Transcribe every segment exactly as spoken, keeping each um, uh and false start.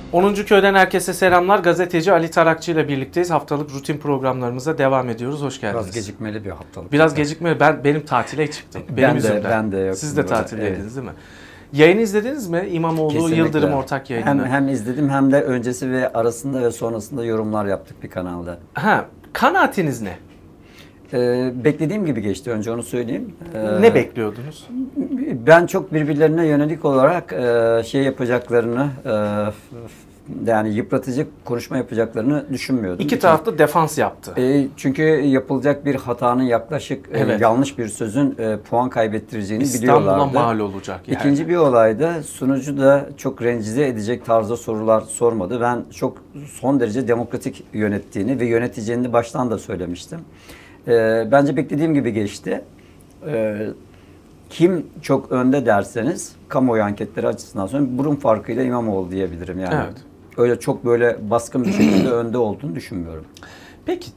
onuncu Köy'den herkese selamlar. Gazeteci Ali Tarakçı ile birlikteyiz. Haftalık rutin programlarımıza devam ediyoruz. Hoş geldiniz. Biraz gecikmeli bir haftalık. Biraz gecikmeli. Ben benim tatile çıktım. Benim ben yüzümden. de, ben de yok. Siz de tatildeydiniz evet. Değil mi? Yayını izlediniz mi? İmamoğlu Kesinlikle. Yıldırım ortak yayını. Hem, hem izledim hem de öncesi ve arasında ve sonrasında yorumlar yaptık bir kanalda. Ha, kanaatiniz ne? Ee, beklediğim gibi geçti, önce onu söyleyeyim. Ee, ne bekliyordunuz? Ben çok birbirlerine yönelik olarak e, şey yapacaklarını, e, yani yıpratıcı konuşma yapacaklarını düşünmüyordum. İki taraf da defans yaptı. E, çünkü yapılacak bir hatanın, yaklaşık evet. e, yanlış bir sözün e, puan kaybettireceğini İstanbul'a biliyorlardı. İstanbul'a mal olacak yani. İkinci bir olayda sunucu da çok rencide edecek tarzda sorular sormadı. Ben çok son derece demokratik yönettiğini ve yöneteceğini baştan da söylemiştim. E, bence beklediğim gibi geçti. E, kim çok önde derseniz kamuoyu anketleri açısından sonra burun farkıyla İmamoğlu diyebilirim yani. Evet. Öyle çok böyle baskın bir şekilde önde olduğunu düşünmüyorum. Peki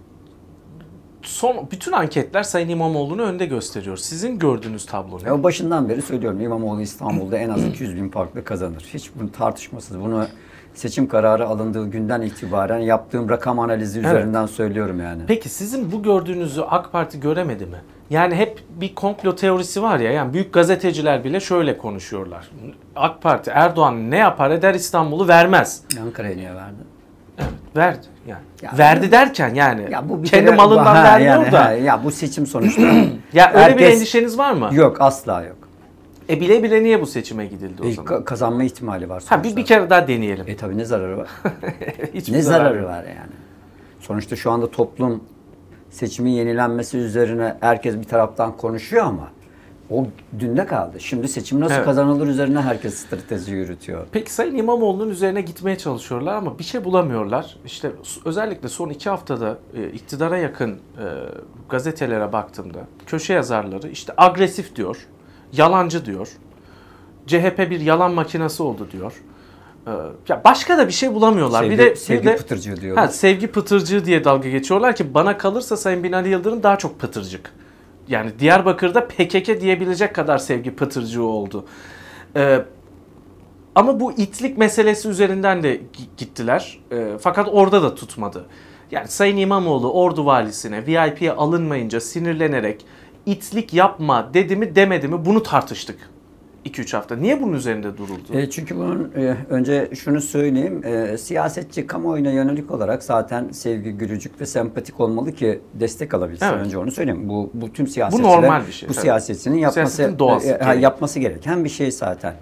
son bütün anketler Sayın İmamoğlu'nu önde gösteriyor. Sizin gördüğünüz tablo ne? Ya başından beri söylüyorum, İmamoğlu İstanbul'da en az iki yüz bin farklı kazanır. Hiç bunu tartışmasız. Bunu seçim kararı alındığı günden itibaren yaptığım rakam analizi üzerinden evet. söylüyorum yani. Peki sizin bu gördüğünüzü AK Parti göremedi mi? Yani hep bir komplo teorisi var ya, yani büyük gazeteciler bile şöyle konuşuyorlar. AK Parti Erdoğan ne yapar eder İstanbul'u vermez. Ankara'ya niye verdi? Evet, verdi yani. Ya, verdi bu, derken yani ya bu kendi kere, malından ha, vermiyor yani, da. Ha, ya bu seçim sonuçta. Ya öyle herkes, bir endişeniz var mı? Yok, asla yok. E bile bile niye bu seçime gidildi o e, zaman? Kazanma ihtimali var sonuçta. Ha bir, bir kere daha deneyelim. E tabii ne zararı var? ne zararı yok. var yani? Sonuçta şu anda toplum seçimin yenilenmesi üzerine herkes bir taraftan konuşuyor ama o dünde kaldı. Şimdi seçim nasıl evet. kazanılır üzerine herkes strateji yürütüyor. Peki Sayın İmamoğlu'nun üzerine gitmeye çalışıyorlar ama bir şey bulamıyorlar. İşte özellikle son iki haftada e, iktidara yakın e, gazetelere baktığımda köşe yazarları işte agresif diyor, yalancı diyor, C H P bir yalan makinesi oldu diyor. Ee, ya başka da bir şey bulamıyorlar. Sevgi, bir de sevgi bir de, pıtırcığı diyorlar. Ha, sevgi pıtırcığı diye dalga geçiyorlar ki bana kalırsa Sayın Binali Yıldırım daha çok pıtırcık. Yani Diyarbakır'da P K K diyebilecek kadar sevgi pıtırcığı oldu. Ee, ama bu itlik meselesi üzerinden de gittiler. Ee, fakat orada da tutmadı. Yani Sayın İmamoğlu Ordu valisine V I P'ye alınmayınca sinirlenerek itlik yapma dedi mi demedi mi bunu tartıştık. iki üç hafta. Niye bunun üzerinde duruldu? E çünkü bunun e, önce şunu söyleyeyim. E, siyasetçi kamuoyuna yönelik olarak zaten sevgi, gülücük ve sempatik olmalı ki destek alabilsin. Evet. Önce onu söyleyeyim. Bu, bu tüm siyasetçiler, bu normal bir şey. Bu siyasetçinin yapması, doğası, e, yapması gereken bir şey zaten.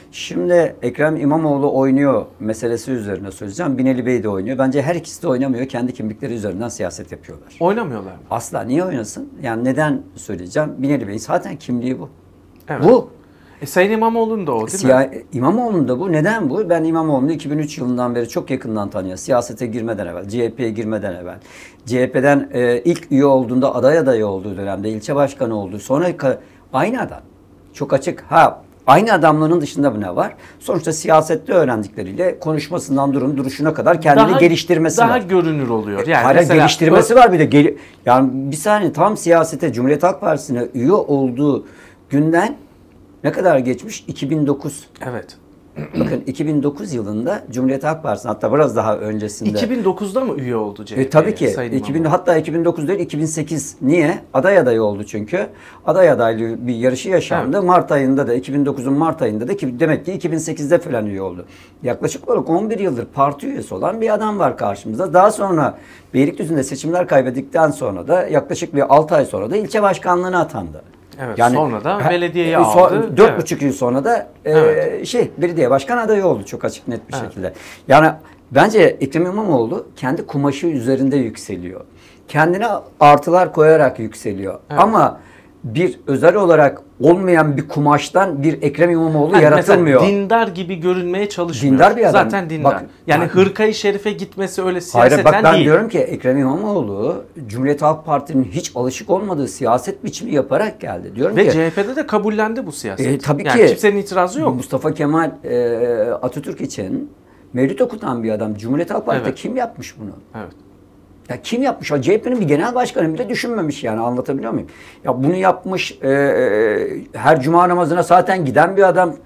Şimdi Ekrem İmamoğlu oynuyor meselesi üzerine söyleyeceğim. Binali Bey de oynuyor. Bence her ikisi de oynamıyor. Kendi kimlikleri üzerinden siyaset yapıyorlar. Oynamıyorlar mı? Asla. Niye oynasın? Yani neden söyleyeceğim? Binali Bey zaten kimliği bu. Evet. Bu. E Sayın İmamoğlu'nun da o değil Siya- mi? İmamoğlu'nun da bu. Neden bu? Ben İmamoğlu'nu iki bin üç yılından beri çok yakından tanıyorum. Siyasete girmeden evvel, C H P'ye girmeden evvel. C H P'den e, ilk üye olduğunda, aday adayı olduğu dönemde, ilçe başkanı olduğu, sonra aynı adam. Çok açık. Ha, aynı adamlığının dışında bu ne var? Sonuçta siyasette öğrendikleriyle konuşmasından durun duruşuna kadar kendini daha, hayır, daha var. Daha görünür oluyor. Yani Hayır, mesela, geliştirmesi o... var bir de. Gel- yani bir saniye, tam siyasete, Cumhuriyet Halk Partisi'ne üye olduğu günden ne kadar geçmiş? iki bin dokuz. Evet. Bakın iki bin dokuz yılında Cumhuriyet Halk Partisi, hatta biraz daha öncesinde. iki bin dokuzda mı üye oldu C H P'ye? E, tabii ki. iki bin, hatta iki bin dokuz değil iki bin sekiz. Niye? Aday adayı oldu çünkü. Aday adaylığı bir yarışı yaşandı. Evet. Mart ayında da iki bin dokuzun Mart ayında da ki demek ki iki bin sekizde falan üye oldu. Yaklaşık olarak on bir yıldır parti üyesi olan bir adam var karşımızda. Daha sonra Beylikdüzü'nde seçimler kaybettikten sonra da yaklaşık bir altı ay sonra da ilçe başkanlığına atandı. Evet, yani sonra da belediyeye aldı. So, dört buçuk evet. yıl sonra da e, evet. şey belediye başkan adayı oldu çok açık net bir evet. şekilde. Yani bence Ekrem İmamoğlu kendi kumaşı üzerinde yükseliyor. Kendine artılar koyarak yükseliyor. Evet. Ama bir özel olarak olmayan bir kumaştan bir Ekrem İmamoğlu yani yaratılmıyor. Dindar gibi görünmeye çalışmıyor. Dindar bir adam. Zaten dindar. Bak, yani bak, hırkayı şerife gitmesi öyle siyasetten hayır, bak, ben değil. diyorum ki Ekrem İmamoğlu Cumhuriyet Halk Partisi'nin hiç alışık olmadığı siyaset biçimi yaparak geldi. Diyorum Ve ki, C H P'de de kabullendi bu siyaset. E, tabii yani ki. Kimsenin itirazı yok. Mustafa Kemal e, Atatürk için mevlüt okutan bir adam. Cumhuriyet Halk Partisi'nde evet. kim yapmış bunu? Evet. Ya kim yapmış? C H P'nin bir genel başkanı bile düşünmemiş yani, anlatabiliyor muyum? Ya bunu yapmış, e, e, her cuma namazına zaten giden bir adam,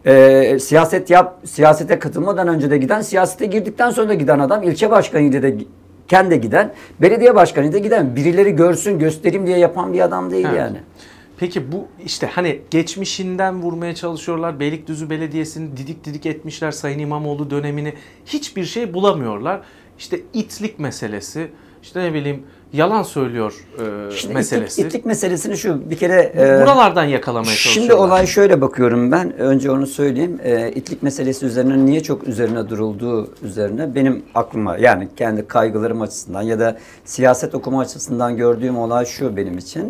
e, siyaset yap, siyasete katılmadan önce de giden, siyasete girdikten sonra da giden adam, ilçe başkanıyla da kendi giden, belediye başkanıyla giden, birileri görsün, göstereyim diye yapan bir adam değil evet. yani. Peki bu işte hani geçmişinden vurmaya çalışıyorlar. Beylikdüzü Belediyesi'ni didik didik etmişler, Sayın İmamoğlu dönemini. Hiçbir şey bulamıyorlar. İşte itlik meselesi, işte ne bileyim yalan söylüyor e, Şimdi meselesi. Itlik, itlik meselesini şu bir kere... Buralardan yakalamaya çalışıyorlar. Şimdi olay şöyle bakıyorum ben. Önce onu söyleyeyim. E, itlik meselesi üzerine niye çok üzerine durulduğu üzerine benim aklıma, yani kendi kaygılarım açısından ya da siyaset okuma açısından gördüğüm olay şu benim için.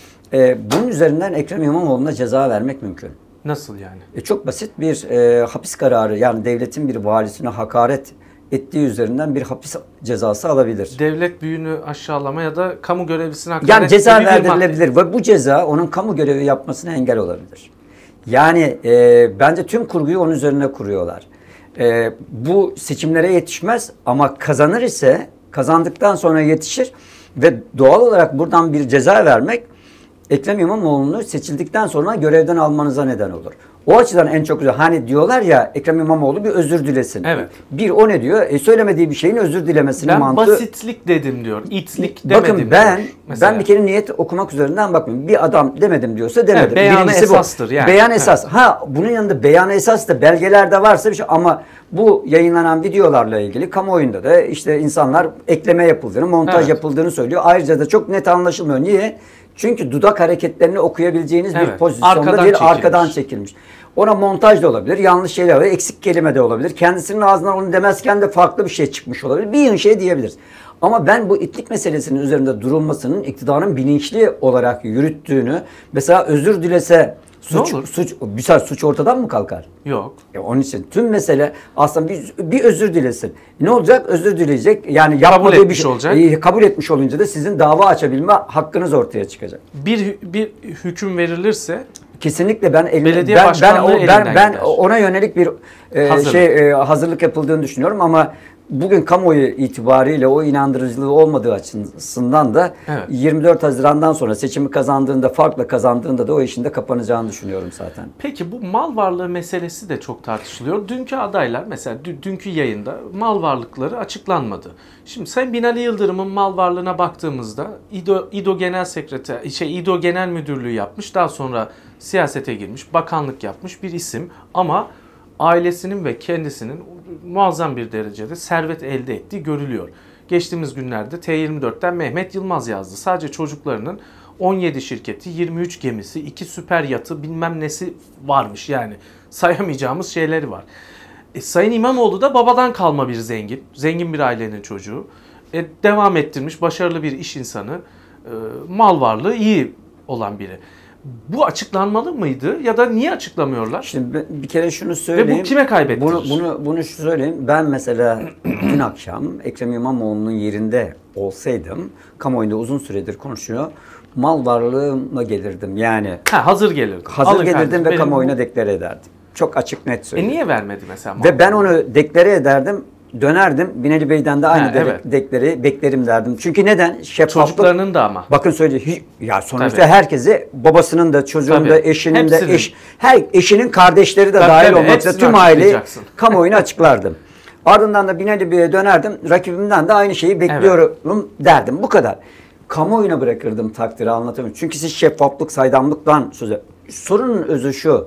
E, bunun üzerinden Ekrem İmamoğlu'na ceza vermek mümkün. Nasıl yani? E, çok basit bir e, hapis kararı, yani devletin bir valisine hakaret ettiği üzerinden bir hapis cezası alabilir. Devlet büyüğünü aşağılama ya da kamu görevlisine hakaret. Yani ceza verdirilebilir ve bu ceza onun kamu görevi yapmasına engel olabilir. Yani e, bence tüm kurguyu onun üzerine kuruyorlar. E, bu seçimlere yetişmez ama kazanır ise kazandıktan sonra yetişir ve doğal olarak buradan bir ceza vermek Ekrem İmamoğlu'nu seçildikten sonra görevden almanıza neden olur. O açıdan en çok güzel. Hani diyorlar ya, Ekrem İmamoğlu bir özür dilesin. Evet. Bir o ne diyor? E, söylemediği bir şeyin özür dilemesinin ben mantığı. Ben basitlik dedim diyor. İtlik demedim. Bakın ben diyor mesela. ben bir kere niyet okumak üzerinden bakmıyorum. Bir adam demedim diyorsa demedim. Evet, beyanı Birincisi esastır bu. yani. Beyan esas. Evet. Ha bunun yanında beyanı esas da belgelerde varsa bir şey, ama bu yayınlanan videolarla ilgili kamuoyunda da işte insanlar ekleme yapıldığını, montaj evet. yapıldığını söylüyor. Ayrıca da çok net anlaşılmıyor. Niye? Çünkü dudak hareketlerini okuyabileceğiniz evet. bir pozisyonda arkadan değil, çekilmiş. arkadan çekilmiş. Ona montaj da olabilir, yanlış şeyler olabilir, eksik kelime de olabilir. Kendisinin ağzından onu demezken de farklı bir şey çıkmış olabilir. Bir yığın şey diyebiliriz. Ama ben bu itlik meselesinin üzerinde durulmasının iktidarın bilinçli olarak yürüttüğünü, mesela özür dilese suç, suç, bir saat suç ortadan mı kalkar? Yok. E onun için tüm mesele aslında bir, bir özür dilesin. Ne olacak? Özür dileyecek. Yani yapmadığı kabul bir şey olacak. E, kabul etmiş olunca da sizin dava açabilme hakkınız ortaya çıkacak. Bir bir hüküm verilirse kesinlikle ben eline, belediye ben başkanlığı ben, o, ben, ben gider. ona yönelik bir e, Hazırlık. şey e, hazırlık yapıldığını düşünüyorum ama bugün kamuoyu itibariyle o inandırıcılığı olmadığı açısından da evet. yirmi dört Haziran'dan sonra seçimi kazandığında, farkla kazandığında da o işin de kapanacağını düşünüyorum zaten. Peki bu mal varlığı meselesi de çok tartışılıyor. Dünkü adaylar mesela dünkü yayında mal varlıkları açıklanmadı. Şimdi Sayın Binali Yıldırım'ın mal varlığına baktığımızda İDO, İDO Genel Sekreter, şey İDO Genel Müdürlüğü yapmış, daha sonra siyasete girmiş, bakanlık yapmış bir isim ama ailesinin ve kendisinin muazzam bir derecede servet elde ettiği görülüyor. Geçtiğimiz günlerde T yirmi dört'ten Mehmet Yılmaz yazdı. Sadece çocuklarının on yedi şirketi, yirmi üç gemisi, iki süper yatı, bilmem nesi varmış. Yani sayamayacağımız şeyleri var. E, Sayın İmamoğlu da babadan kalma bir zengin. Zengin bir ailenin çocuğu. E, devam ettirmiş, başarılı bir iş insanı. E, mal varlığı iyi olan biri. Bu açıklanmalı mıydı ya da niye açıklamıyorlar? Şimdi bir kere şunu söyleyeyim. Ve bu kime kaybettirir? Bunu, bunu, bunu şu söyleyeyim. Ben mesela dün akşam Ekrem İmamoğlu'nun yerinde olsaydım, kamuoyunda uzun süredir konuşuyor, mal varlığımla gelirdim. Yani ha, hazır gelirdim. Hazır Alın gelirdim kardeşim, ve kamuoyuna bu... deklare ederdim. Çok açık net söyleyeyim. E niye vermedi mesela? Ve ben onu deklare ederdim. Dönerdim. Binali Bey'den de aynı ha, evet. dekleri beklerim derdim. Çünkü neden? Şeffaflık. Çocuklarının da ama. Bakın söyleyeyim. Ya sonuçta tabii. herkesi, babasının da, çocuğun tabii. da, eşinin Hepsinin. de, eş, her eşinin kardeşleri de tabii, dahil olmak üzere tüm aileyi kamuoyuna açıklardım. Ardından da Binali Bey'e dönerdim. Rakibimden de aynı şeyi bekliyorum evet. derdim. Bu kadar. Kamuoyuna bırakırdım takdiri, anlatamıyorum. Çünkü siz şeffaflık, saydamlıktan söz ediyorsunuz. Sorunun özü şu.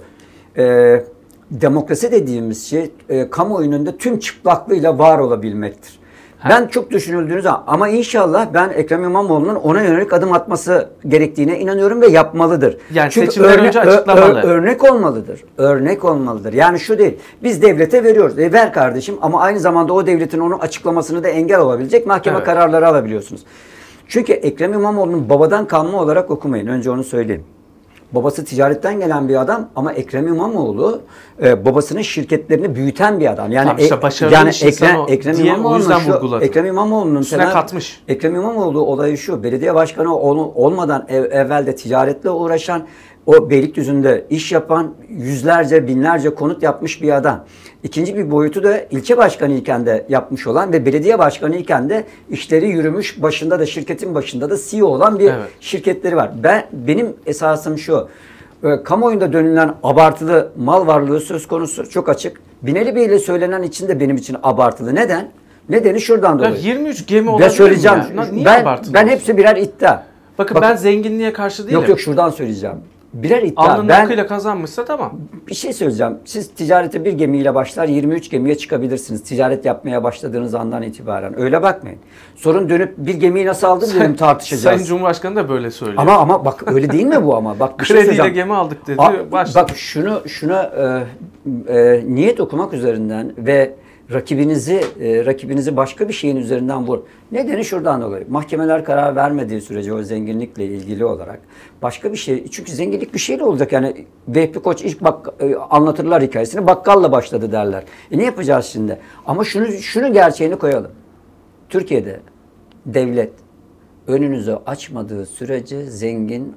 Eee Demokrasi dediğimiz şey e, kamuoyunun da tüm çıplaklığıyla var olabilmektir. Ha. Ben çok düşünüldüğünüz zaman ama inşallah ben Ekrem İmamoğlu'nun ona yönelik adım atması gerektiğine inanıyorum ve yapmalıdır. Yani çünkü seçimden örne önce açıklamalı. Ö, ö, örnek olmalıdır. Örnek olmalıdır. Yani şu değil. Biz devlete veriyoruz. E, ver kardeşim ama aynı zamanda o devletin onu açıklamasını da engel olabilecek mahkeme evet. kararları alabiliyorsunuz. Çünkü Ekrem İmamoğlu'nun babadan kalma olarak okumayın. Önce onu söyleyeyim. Babası ticaretten gelen bir adam ama Ekrem İmamoğlu e, babasının şirketlerini büyüten bir adam. Yani işte başarılı yani Ekrem, Ekrem İmamoğlu'nun şu Ekrem İmamoğlu'nun üstüne katmış. Ekrem İmamoğlu olayı şu. Belediye başkanı ol, olmadan ev, evvelde ticaretle uğraşan o Beylikdüzü'nde iş yapan, yüzlerce, binlerce konut yapmış bir adam. İkinci bir boyutu da ilçe başkanı iken de yapmış olan ve belediye başkanı iken de işleri yürümüş, başında da şirketin başında da C E O olan bir evet. şirketleri var. Ben benim esasım şu. E, kamuoyunda dönülen abartılı mal varlığı söz konusu, çok açık. Binali Bey ile söylenen için de benim için abartılı. Neden? Nedeni şuradan dolayı. yirmi üç gemi Ben olabilir söyleyeceğim. mi ya? Niye ben abartılı ben olsun? hepsi birer iddia. Bakın, Bakın ben zenginliğe karşı değilim. Yok yok şuradan söyleyeceğim. Birer iddia. Alnının Ben akıyla kazanmışsa tamam. bir şey söyleyeceğim. Siz ticarete bir gemiyle başlar, yirmi üç gemiye çıkabilirsiniz. Ticaret yapmaya başladığınız andan itibaren. Öyle bakmayın. Sorun dönüp bir gemiyi nasıl aldın diyelim, tartışacağız. Sayın Cumhurbaşkanı da böyle söylüyor. Ama ama bak öyle değil mi bu ama? Bak bir şey Krediyle söyleyeceğim. gemi aldık dedi. A- başladı. Bak şunu şuna e, e, niyet okumak üzerinden ve rakibinizi e, rakibinizi başka bir şeyin üzerinden vur. Nedeni şuradan dolayı. Mahkemeler karar vermediği sürece o zenginlikle ilgili olarak başka bir şey. Çünkü zenginlik bir şeyle olacak. Yani Vehbi Koç ilk bak e, anlatırlar hikayesini. Bakkalla başladı derler. E ne yapacağız şimdi? Ama şunu şunu gerçeğini koyalım. Türkiye'de devlet önünüzü açmadığı sürece zengin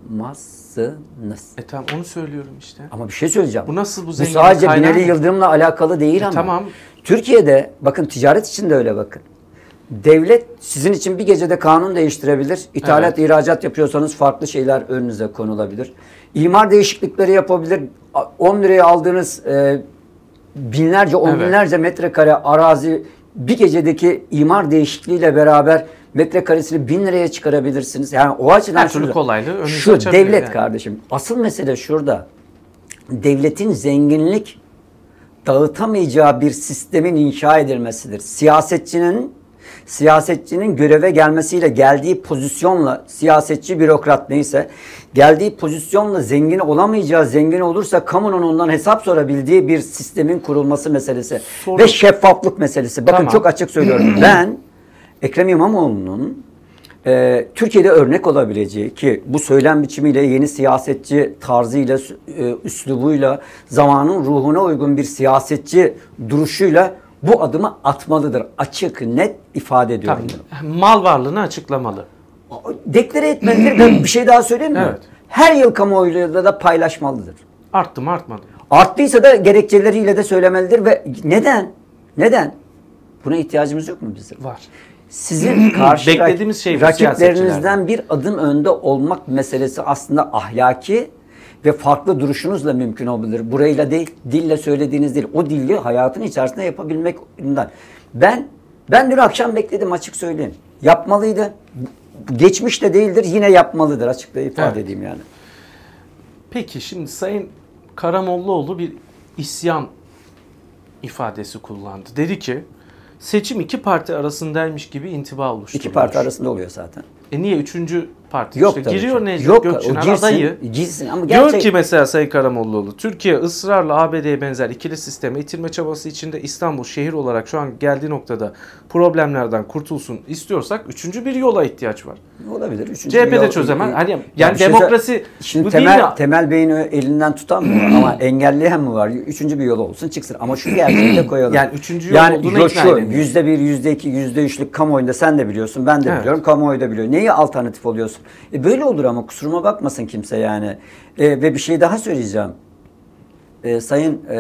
olamazsınız. E tamam, onu söylüyorum işte. Ama bir şey söyleyeceğim. Bu nasıl bu Bu zenginlik sadece kaynağı Binali mı? Yıldırım'la alakalı değil E ama. tamam. Türkiye'de bakın, ticaret için de öyle bakın. Devlet sizin için bir gecede kanun değiştirebilir. İthalat, Evet. ihracat yapıyorsanız farklı şeyler önünüze konulabilir. İmar değişiklikleri yapabilir. on liraya aldığınız e, binlerce, on Evet. binlerce metrekare arazi bir gecedeki imar değişikliğiyle beraber metrekaresini bin liraya çıkarabilirsiniz. Yani o açıdan Her türlü şurada- kolaylığı önünüze şu açabilir devlet yani. kardeşim. Asıl mesele şurada. Devletin zenginlik dağıtamayacağı bir sistemin inşa edilmesidir. Siyasetçinin siyasetçinin göreve gelmesiyle, geldiği pozisyonla, siyasetçi, bürokrat neyse, geldiği pozisyonla zengin olamayacağı, zengin olursa kamunun ondan hesap sorabildiği bir sistemin kurulması meselesi. Sorun- Ve şeffaflık meselesi. Bakın Tamam. çok açık söylüyorum. Ben Ekrem İmamoğlu'nun e, Türkiye'de örnek olabileceği, ki bu söylem biçimiyle, yeni siyasetçi tarzıyla, e, üslubuyla, zamanın ruhuna uygun bir siyasetçi duruşuyla bu adımı atmalıdır. Açık, net ifade ediyorum. Tabii. Mal varlığını açıklamalı. bunu. Deklare etmelidir. Ben bir şey daha söyleyeyim mi? Evet. Her yıl kamuoyuyla da paylaşmalıdır. Arttı mı artmadı mı? Arttıysa da gerekçeleriyle de söylemelidir ve neden? Neden? Buna ihtiyacımız yok mu bizim? Var. Sizin karşı Beklediğimiz şey bu rakiplerinizden bir adım önde olmak meselesi aslında ahlaki ve farklı duruşunuzla mümkün olabilir. Burayla değil, dille söylediğiniz değil. O dili hayatın içerisinde yapabilmekten. Ben ben dün akşam bekledim, açık söyleyeyim. Yapmalıydı. Geçmiş de değildir, yine yapmalıdır, açıkça ifade Evet. edeyim yani. Peki şimdi Sayın Karamollaoğlu bir isyan ifadesi kullandı. Dedi ki seçim iki parti arasındaymış gibi intiba oluşturuyor. İki parti arasında oluyor zaten. E niye üçüncü parti? Yok işte tabii giriyor ki. Necdet Yok, Gökçener o girsin, adayı. girsin ama Diyor gerçek... ki mesela Sayın Karamollaoğlu, Türkiye ısrarla A B D'ye benzer ikili sisteme itilme çabası içinde İstanbul şehir olarak şu an geldiği noktada problemlerden kurtulsun istiyorsak üçüncü bir yola ihtiyaç var. Olabilir. Üçüncü C H P bir de yol- çözemez. Hani yani Ya bir şey demokrasi söyle- Şimdi bu temel, değil ya. Temel Bey'in elinden tutan mı var ama engelleyen mi var? Üçüncü bir yol olsun çıksın. Ama şu gerçeği de koyalım. Yani üçüncü yol yani olduğuna yo- ikna şu, edemiyor. yüzde bir, yüzde iki, yüzde üçlük kamuoyunda sen de biliyorsun, ben de Evet. biliyorum, kamuoyu da biliyor. Neyi alternatif oluyorsun? E böyle olur ama kusuruma bakmasın kimse yani. E, ve bir şey daha söyleyeceğim. E, Sayın e,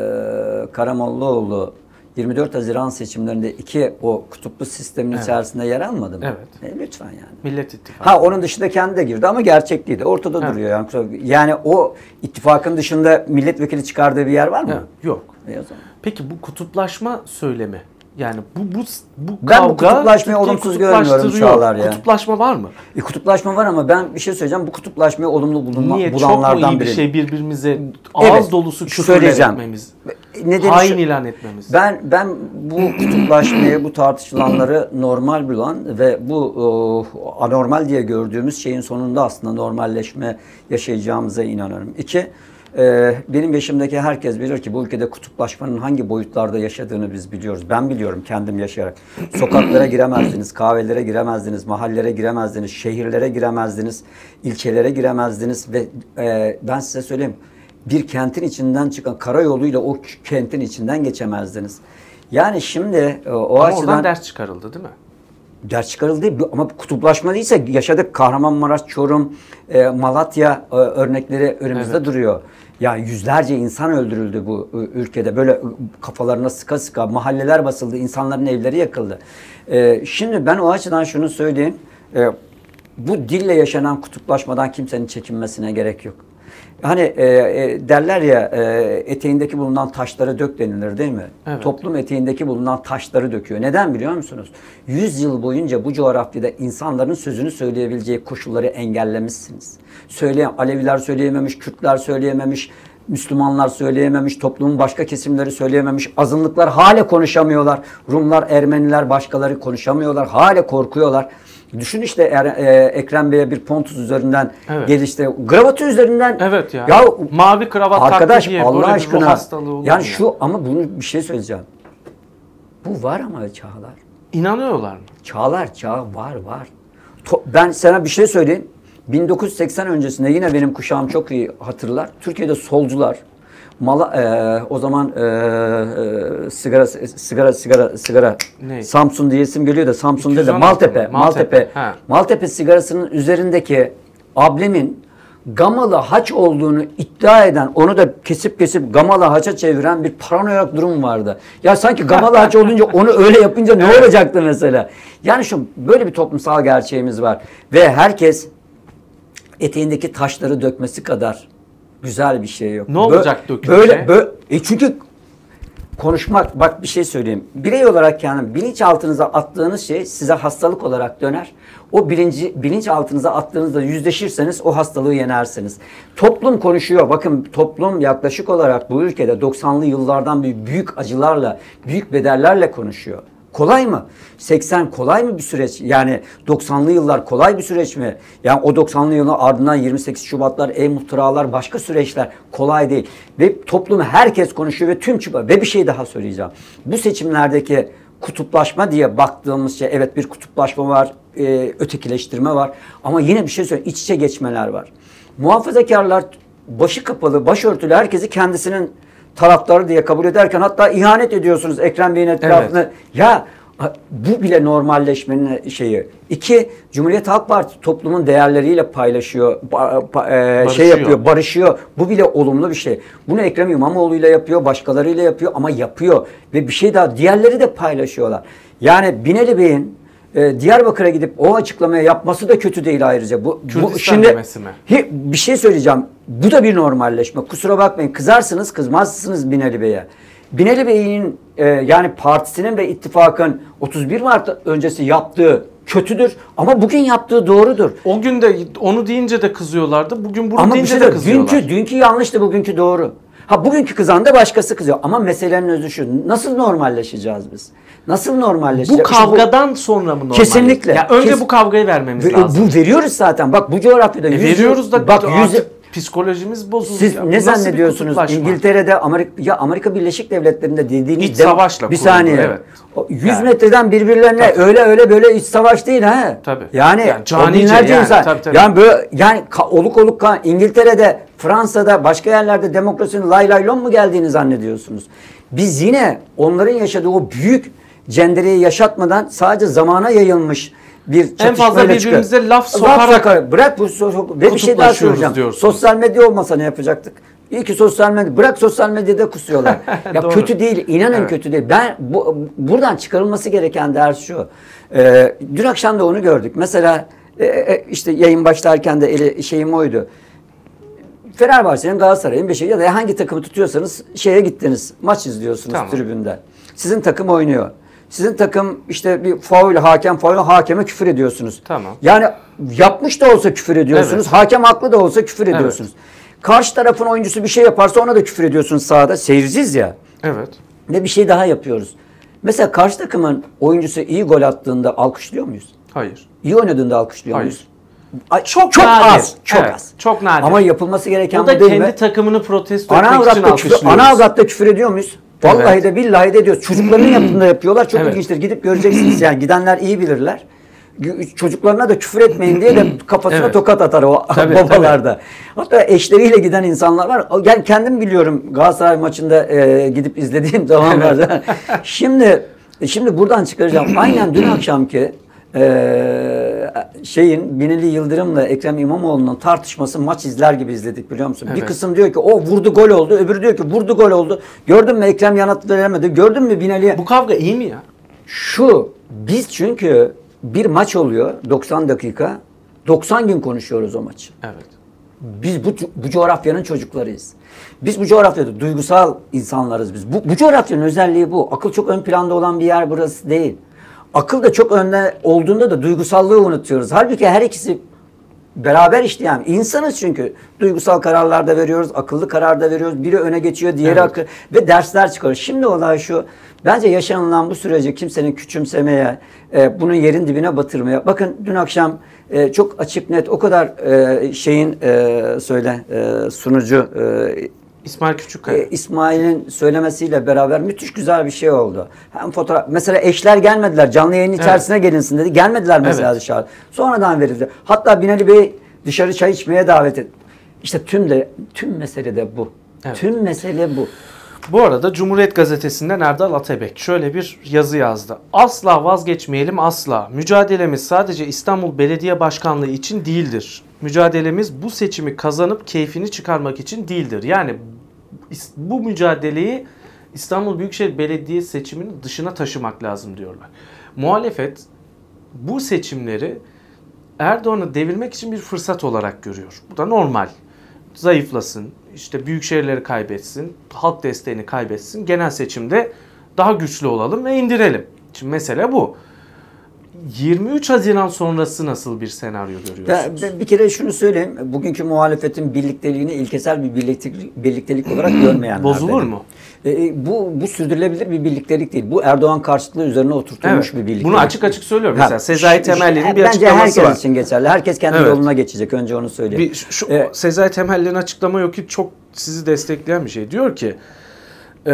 Karamollaoğlu yirmi dört Haziran seçimlerinde iki o kutuplu sistemin Evet. içerisinde yer almadı mı? Evet. E, lütfen yani. Millet İttifakı. Ha onun dışında kendi de girdi ama gerçekliği de ortada Evet. duruyor. Yani, yani o ittifakın dışında milletvekili çıkardığı bir yer var mı? Evet, yok. E o zaman. Peki bu kutuplaşma söylemi, yani bu bu bu Ben bu kavga kutuplaşmayı Türkiye'yi olumsuz görmüyorum kutuplaştırıyor. Çağlar ya. Kutuplaşma var mı? E, kutuplaşma var ama ben bir şey söyleyeceğim. Bu kutuplaşmayı olumlu bulunma, Niye? Çok mu bulanlardan iyi bir biri. şey birbirimize ağız Evet, dolusu küfürler söyleyeceğim. etmemiz, Nedeni hain şu- ilan etmemiz. Ben ben bu kutuplaşmayı, bu tartışılanları normal bulan ve bu e, anormal diye gördüğümüz şeyin sonunda aslında normalleşme yaşayacağımıza inanıyorum. İki, e, benim yaşımdaki herkes bilir ki bu ülkede kutuplaşmanın hangi boyutlarda yaşadığını biz biliyoruz. Ben biliyorum kendim yaşayarak. Sokaklara giremezdiniz, kahvelere giremezdiniz, mahallelere giremezdiniz, şehirlere giremezdiniz, ilçelere giremezdiniz ve e, ben size söyleyeyim, bir kentin içinden çıkan karayoluyla o kentin içinden geçemezdiniz. Yani şimdi e, o Ama açıdan oradan ders çıkarıldı değil mi? Ders çıkarıldı değil ama kutuplaşma değilse yaşadık. Kahramanmaraş, Çorum, e, Malatya e, örnekleri önümüzde evet. duruyor. Yani yüzlerce insan öldürüldü bu ülkede. Böyle kafalarına sıka sıka mahalleler basıldı, insanların evleri yakıldı. E, şimdi ben o açıdan şunu söyleyeyim. E, bu dille yaşanan kutuplaşmadan kimsenin çekinmesine gerek yok. Hani e, e, derler ya e, eteğindeki bulunan taşları dök denilir değil mi? Evet. Toplum eteğindeki bulunan taşları döküyor. Neden biliyor musunuz? yüz yıl boyunca bu coğrafyada insanların sözünü söyleyebileceği koşulları engellemişsiniz. Söyleyen Aleviler söyleyememiş, Kürtler söyleyememiş, Müslümanlar söyleyememiş, toplumun başka kesimleri söyleyememiş, azınlıklar hala konuşamıyorlar. Rumlar, Ermeniler, başkaları konuşamıyorlar, hala korkuyorlar. Düşün işte er, e, Ekrem Bey'e bir Pontus üzerinden evet. gelişti. Gravatı üzerinden. Evet ya. ya mavi kravat arkadaş diye Allah aşkına. Yani ya. şu ama bunu bir şey söyleyeceğim. Bu var ama Çağlar. İnanıyorlar mı? Çağlar, Çağ var var. To, ben sana bir şey söyleyeyim. bin dokuz yüz seksen öncesinde yine benim kuşağım çok iyi hatırlar. Türkiye'de solcular Mala, e, o zaman e, e, sigara sigara sigara sigara ne? Samsun diye isim geliyor da Samsun değil de Maltepe Maltepe Maltepe, Maltepe sigarasının üzerindeki amblemin Gamalı haç olduğunu iddia eden, onu da kesip kesip Gamalı haça çeviren bir paranoyak durum vardı. Ya sanki Gamalı haç olunca onu öyle yapınca ne olacaktı mesela? Yani şu böyle bir toplumsal gerçeğimiz var ve herkes eteğindeki taşları dökmesi kadar güzel bir şey yok. Ne olacak dökünce? Böyle, böyle e çünkü konuşmak, bak bir şey söyleyeyim. Birey olarak yani bilinçaltınıza attığınız şey size hastalık olarak döner. O bilinci bilinçaltınıza attığınızda yüzleşirseniz o hastalığı yenersiniz. Toplum konuşuyor. Bakın toplum yaklaşık olarak bu ülkede doksanlı yıllardan bir büyük acılarla, büyük bedellerle konuşuyor. Kolay mı? seksen kolay mı bir süreç? Yani doksanlı yıllar kolay bir süreç mi? Yani o doksanlı yılın ardından yirmi sekiz Şubatlar, e-muhtıralar, başka süreçler kolay değil. Ve toplumu herkes konuşuyor ve tüm çubuğa. Ve bir şey daha söyleyeceğim. Bu seçimlerdeki kutuplaşma diye baktığımız şey, evet bir kutuplaşma var, e, ötekileştirme var. Ama yine bir şey söyleyeyim, iç içe geçmeler var. Muhafazakarlar başı kapalı, başörtülü herkesi kendisinin taraftarı diye kabul ederken hatta ihanet ediyorsunuz Ekrem Bey'in etrafını. Evet. Ya bu bile normalleşmenin şeyi. İki, Cumhuriyet Halk Partisi toplumun değerleriyle paylaşıyor, ba, ba, e, şey yapıyor, barışıyor. Bu bile olumlu bir şey. Bunu Ekrem İmamoğlu'yla yapıyor, başkalarıyla yapıyor ama yapıyor. Ve bir şey daha, diğerleri de paylaşıyorlar. Yani Binali Bey'in e, Diyarbakır'a gidip o açıklamayı yapması da kötü değil ayrıca. Bu, bu şimdi demesi mi? He, bir şey söyleyeceğim. Bu da bir normalleşme. Kusura bakmayın. Kızarsınız, kızmazsınız Binali Bey'e. Binali Bey'in e, yani partisinin ve ittifakın otuz bir Mart öncesi yaptığı kötüdür ama bugün yaptığı doğrudur. O gün de onu deyince de kızıyorlardı. Bugün bunu ama deyince şey de kızıyorlar. Dünkü, dünkü yanlıştı, bugünkü doğru. Ha bugünkü kızan da başkası kızıyor. Ama meselenin özü şu. Nasıl normalleşeceğiz biz? Nasıl normalleşeceğiz? Bu kavgadan bu, sonra mı normal? Kesinlikle. Ya önce Kes, bu kavgayı vermemiz ve, lazım. Bu veriyoruz zaten. Bak bu coğrafyada. E yüz, veriyoruz da bak yüz, psikolojimiz bozuldu. Siz ya. ne zannediyorsunuz? İngiltere'de, Amerika, ya Amerika Birleşik Devletleri'nde dediğiniz iç savaşla bir saniye. Evet. yüz yani. Metreden birbirlerine tabii. öyle öyle böyle iç savaş değil ha. Tabii. Yani, yani canice binlerce yani. insan. Tabii, tabii. Yani böyle yani oluk oluk kan İngiltere'de, Fransa'da, başka yerlerde demokrasinin lay lay lon mu geldiğini zannediyorsunuz? Biz yine onların yaşadığı o büyük cendereyi yaşatmadan sadece zamana yayılmış bir en fazla birbirimize çıkar. laf sokarak sokar. Bırak bu so ve bir şey daha söyleyeceğim. Diyorsunuz. Sosyal medya olmasa ne yapacaktık? İyi ki sosyal medya. Bırak sosyal medyada kusuyorlar. Ya kötü değil. İnanın evet. kötü değil. Ben bu, buradan çıkarılması gereken ders şu. Ee, dün akşam da onu gördük. Mesela e, işte yayın başlarken de eli, şeyim oydu. Fenerbahçe'nin, Galatasaray'ın, Beşiktaş'ın ya da hangi takımı tutuyorsanız şeye gittiniz. Maç izliyorsunuz tamam. tribünde. Sizin takım oynuyor. Sizin takım işte bir faul, hakem faul, hakeme küfür ediyorsunuz. Tamam. Yani yapmış da olsa küfür ediyorsunuz. Evet. Hakem haklı da olsa küfür ediyorsunuz. Evet. Karşı tarafın oyuncusu bir şey yaparsa ona da küfür ediyorsunuz sahada. Seyirciyiz ya. Evet. Ve bir şey daha yapıyoruz. Mesela karşı takımın oyuncusu iyi gol attığında alkışlıyor muyuz? Hayır. İyi oynadığında alkışlıyor Hayır. muyuz? Ay, çok çok nadir. az. Çok evet, az. Çok nadir. Ama yapılması gereken bu bu da değil kendi mi? takımını protesto ana etmek için alkışlıyoruz. Ana avratta küfür ediyor muyuz? Vallahi evet. de billahi de ediyoruz. Çocukların yaptığında yapıyorlar. Çok evet. ilginçtir. Gidip göreceksiniz yani. Gidenler iyi bilirler. Çocuklarına da küfür etmeyin diye de kafasına evet. tokat atar o tabii, babalarda. Tabii. Hatta eşleriyle giden insanlar var. Yani kendim biliyorum Galatasaray maçında e, gidip izlediğim zamanlarda. şimdi şimdi buradan çıkaracağım. Aynen dün akşamki e, Ee, şeyin Binali Yıldırım'la Ekrem İmamoğlu'nun tartışması maç izler gibi izledik, biliyor musun? Evet. Bir kısım diyor ki o vurdu gol oldu, öbürü diyor ki vurdu gol oldu. Gördün mü Ekrem yanıt veremedi. Gördün mü Binali? Bu kavga iyi mi ya? Şu, biz çünkü bir maç oluyor doksan dakika. doksan gün konuşuyoruz o maçı. Evet. Biz bu, bu coğrafyanın çocuklarıyız. Biz bu coğrafyada duygusal insanlarız biz. Bu, bu coğrafyanın özelliği bu. Akıl çok ön planda olan bir yer burası değil. Akıl da çok önde olduğunda da duygusallığı unutuyoruz. Halbuki her ikisi beraber işleyen insanız çünkü. Duygusal kararlar da veriyoruz, akıllı karar da veriyoruz. Biri öne geçiyor, diğeri evet. akıl ve dersler çıkarıyoruz. Şimdi olay şu. Bence yaşanılan bu süreci kimsenin küçümsemeye, e, bunun yerin dibine batırmaya. Bakın dün akşam e, çok açık net o kadar e, şeyin e, söyle e, sunucu e, İsmail Küçükkaya. E, İsmail'in söylemesiyle beraber müthiş güzel bir şey oldu. Hem fotoğraf mesela eşler gelmediler. Canlı yayın içerisine evet. gelinsin dedi. Gelmediler mesela evet. dışarı. Sonradan verildi. Hatta Binali Bey dışarı çay içmeye davet etti. İşte tüm de tüm mesele de bu. Evet. Tüm mesele bu. Bu arada Cumhuriyet Gazetesi'nden Erdal Atabek şöyle bir yazı yazdı. Asla vazgeçmeyelim asla. Mücadelemiz sadece İstanbul Belediye Başkanlığı için değildir. Mücadelemiz bu seçimi kazanıp keyfini çıkarmak için değildir. Yani bu mücadeleyi İstanbul Büyükşehir Belediye seçiminin dışına taşımak lazım diyorlar. Muhalefet bu seçimleri Erdoğan'ı devirmek için bir fırsat olarak görüyor. Bu da normal. Zayıflasın, işte büyük şehirleri kaybetsin, halk desteğini kaybetsin, genel seçimde daha güçlü olalım ve indirelim. Şimdi mesele bu. yirmi üç Haziran sonrası nasıl bir senaryo görüyorsunuz? Ben bir kere şunu söyleyeyim. Bugünkü muhalefetin birlikteliğini ilkesel bir birliktelik, birliktelik olarak görmeyenler. Bozulur mu? E, bu, bu sürdürülebilir bir birliktelik değil. Bu Erdoğan karşıtlığı üzerine oturtulmuş evet. bir birliktelik. Bunu açık açık söylüyorum. Mesela Sezai Temelli'nin bir bence açıklaması herkes var. için geçerli. Herkes kendi evet. yoluna geçecek. Önce onu söyleyeyim. Bir, şu, ee, Sezai Temelli'nin açıklama yok ki çok sizi destekleyen bir şey. Diyor ki e,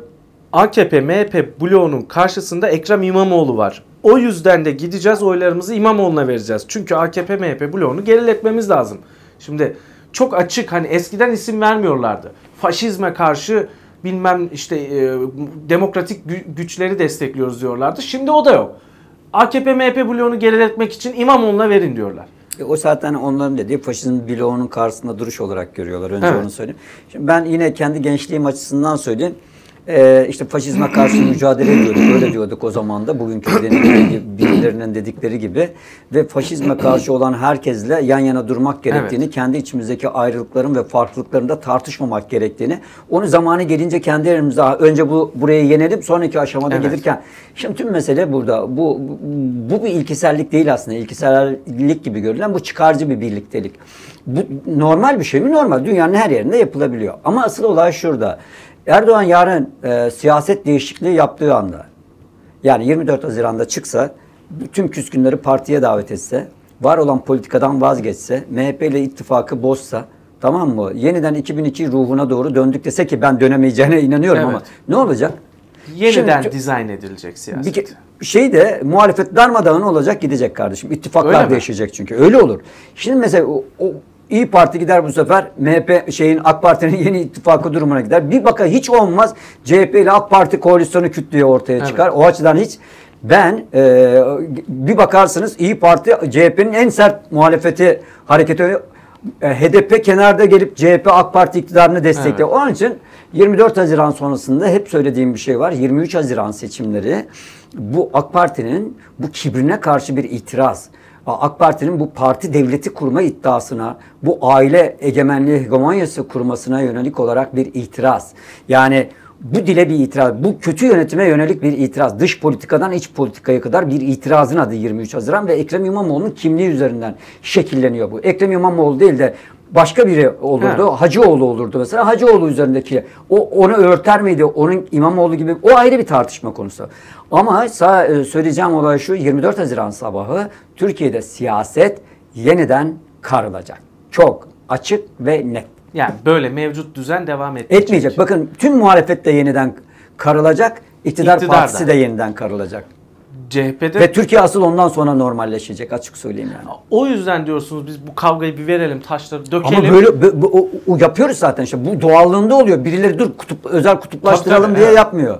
A K P M H P bloğunun karşısında Ekrem İmamoğlu var. O yüzden de gideceğiz, oylarımızı İmamoğlu'na vereceğiz. Çünkü A K P M H P bloğunu geriletmemiz lazım. Şimdi çok açık, hani eskiden isim vermiyorlardı. Faşizme karşı bilmem işte e, demokratik gü- güçleri destekliyoruz diyorlardı. Şimdi o da yok. A K P M H P bloğunu geriletmek için İmamoğlu'na verin diyorlar. E, o zaten onların dediği faşizm bloğunun karşısında duruş olarak görüyorlar. Önce evet. onu söyleyeyim. Şimdi ben yine kendi gençliğim açısından söyleyeyim. Ee, işte faşizme karşı mücadele ediyorduk, öyle diyorduk o zaman da, bugünkü birilerinin dedikleri gibi, ve faşizme karşı olan herkesle yan yana durmak gerektiğini, evet. kendi içimizdeki ayrılıkların ve farklılıkların da tartışmamak gerektiğini, onu zamanı gelince kendi elimizde önce bu buraya yenelim, sonraki aşamada evet. gelirken, şimdi tüm mesele burada. Bu, bu bir ilkesellik değil aslında, ilkesellik gibi görülen, bu çıkarcı bir birliktelik. Bu normal bir şey mi? Normal. Dünyanın her yerinde yapılabiliyor. Ama asıl olay şurada. Erdoğan yarın e, siyaset değişikliği yaptığı anda, yani yirmi dört Haziran'da çıksa, tüm küskünleri partiye davet etse, var olan politikadan vazgeçse, M H P ile ittifakı bozsa, tamam mı? Yeniden iki bin iki ruhuna doğru döndük dese, ki ben dönemeyeceğine inanıyorum evet. ama ne olacak? Yeniden Şimdi, dizayn edilecek siyaset. Bir şey de muhalefet darmadağın olacak, gidecek kardeşim. İttifaklar değişecek çünkü. Öyle olur. Şimdi mesela o, o İyi Parti gider bu sefer, M H P şeyin AK Parti'nin yeni ittifakı durumuna gider. Bir baka hiç olmaz C H P ile AK Parti koalisyonu kütlüğü ortaya evet. çıkar. O açıdan hiç ben e, bir bakarsınız İyi Parti C H P'nin en sert muhalefeti hareketi, e, H D P kenarda gelip C H P AK Parti iktidarını destekliyor. Evet. Onun için yirmi dört Haziran sonrasında hep söylediğim bir şey var. yirmi üç Haziran seçimleri bu AK Parti'nin bu kibrine karşı bir itiraz. AK Parti'nin bu parti devleti kurma iddiasına, bu aile egemenliği hegemonyası kurmasına yönelik olarak bir itiraz. Yani bu dile bir itiraz, bu kötü yönetime yönelik bir itiraz. Dış politikadan iç politikaya kadar bir itirazın adı yirmi üç Haziran ve Ekrem İmamoğlu'nun kimliği üzerinden şekilleniyor bu. Ekrem İmamoğlu değil de başka biri olurdu. He. Hacıoğlu olurdu mesela. Hacıoğlu üzerindeki o onu örter miydi? Onun İmamoğlu gibi, o ayrı bir tartışma konusu. Ama sağ, söyleyeceğim olay şu: yirmi dört Haziran sabahı Türkiye'de siyaset yeniden karılacak. Çok açık ve net. Yani böyle mevcut düzen devam etmeyecek. Etmeyecek. Bakın tüm muhalefet de yeniden karılacak. İktidar, İktidar partisi de yeniden karılacak. C H P'de ve Türkiye asıl ondan sonra normalleşecek, açık söyleyeyim yani. O yüzden diyorsunuz biz bu kavgayı bir verelim, taşları dökelim. Ama böyle bu, o, o yapıyoruz zaten işte. Bu doğallığında oluyor. Birileri dur kutup, özel kutuplaştıralım tabii, tabii, diye evet. yapmıyor.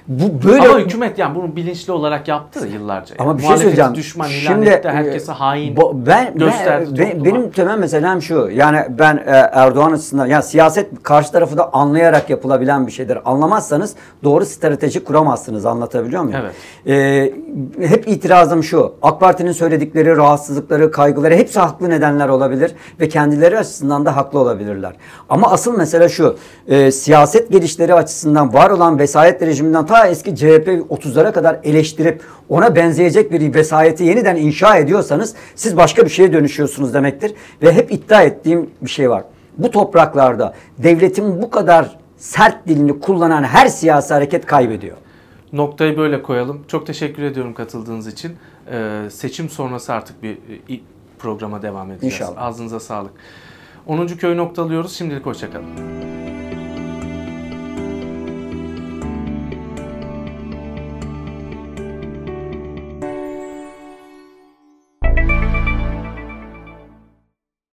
Bu böyle ama hükümet yani bunu bilinçli olarak yaptı yıllarca. Ama yani. bir şey söyleyeceğim. Düşman ilan Şimdi etti, herkese hain bu, ben, gösterdi. Ben, benim temel meselem şu. Yani ben e, Erdoğan açısından yani siyaset karşı tarafı da anlayarak yapılabilen bir şeydir. Anlamazsanız doğru strateji kuramazsınız. Anlatabiliyor muyum? Evet. E, hep itirazım şu. AK Parti'nin söyledikleri rahatsızlıkları, kaygıları hepsi haklı nedenler olabilir ve kendileri açısından da haklı olabilirler. Ama asıl mesele şu. E, siyaset gelişleri açısından var olan vesayet rejiminden ta eski C H P otuzlara kadar eleştirip ona benzeyecek bir vesayeti yeniden inşa ediyorsanız siz başka bir şeye dönüşüyorsunuz demektir. Ve hep iddia ettiğim bir şey var. Bu topraklarda devletin bu kadar sert dilini kullanan her siyasi hareket kaybediyor. Noktayı böyle koyalım. Çok teşekkür ediyorum katıldığınız için. Ee, seçim sonrası artık bir e, programa devam edeceğiz. İnşallah. Ağzınıza sağlık. onuncu köyü noktalıyoruz. Şimdilik hoşça kalın.